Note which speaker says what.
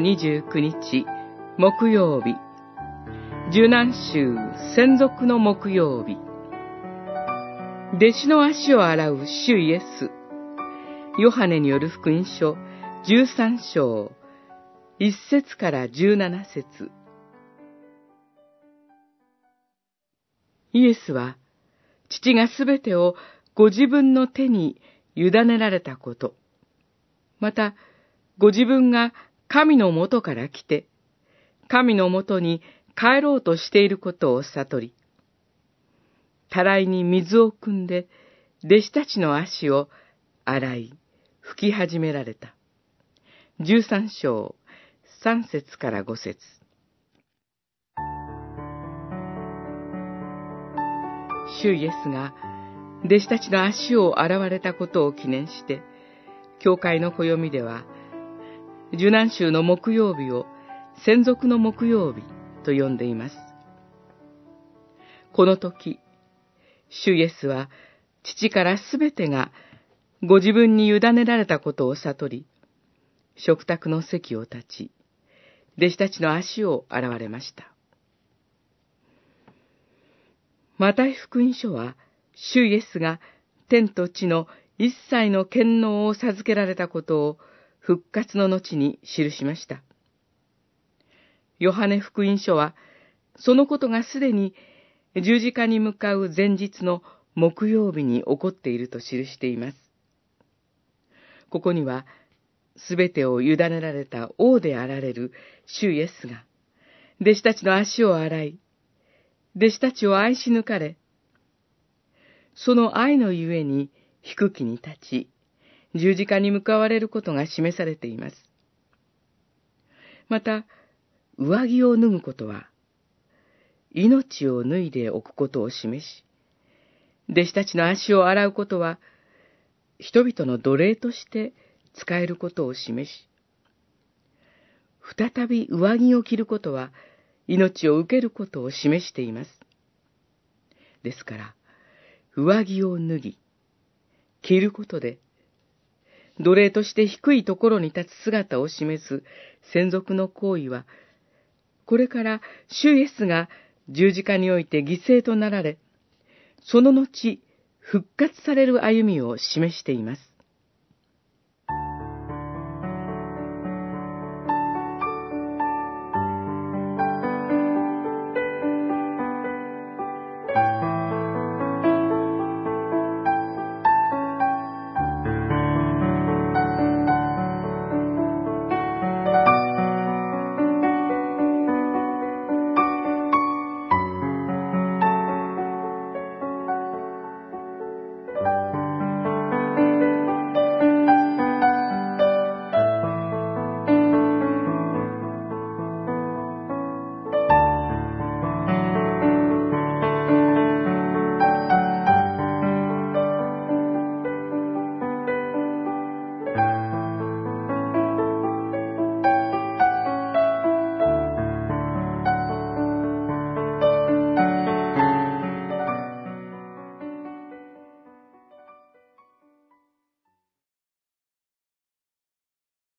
Speaker 1: 29日、木曜日。受難週専属の木曜日。弟子の足を洗う主イエス。ヨハネによる福音書13章、1節から17節。イエスは、父がすべてをご自分の手に委ねられたこと、また、ご自分が神のもとから来て、神のもとに帰ろうとしていることを悟り、たらいに水を汲んで、弟子たちの足を洗い、拭き始められた。13章、3節から5節。主イエスが弟子たちの足を洗われたことを記念して、教会の暦では、受難週の木曜日を専属の木曜日と呼んでいます。この時、主イエスは父からすべてがご自分に委ねられたことを悟り、食卓の席を立ち、弟子たちの足を洗われました。マタイ福音書は、主イエスが天と地の一切の権能を授けられたことを復活の後に記しました。ヨハネ福音書は、そのことがすでに十字架に向かう前日の木曜日に起こっていると記しています。ここには、すべてを委ねられた王であられる主イエスが、弟子たちの足を洗い、弟子たちを愛し抜かれ、その愛のゆえに低きに立ち、十字架に向かわれることが示されています。また、上着を脱ぐことは、命を脱いでおくことを示し、弟子たちの足を洗うことは、人々の奴隷として使えることを示し、再び上着を着ることは、命を受けることを示しています。ですから、上着を脱ぎ、着ることで、奴隷として低いところに立つ姿を示す専属の行為は、これから主イエスが十字架において犠牲となられ、その後復活される歩みを示しています。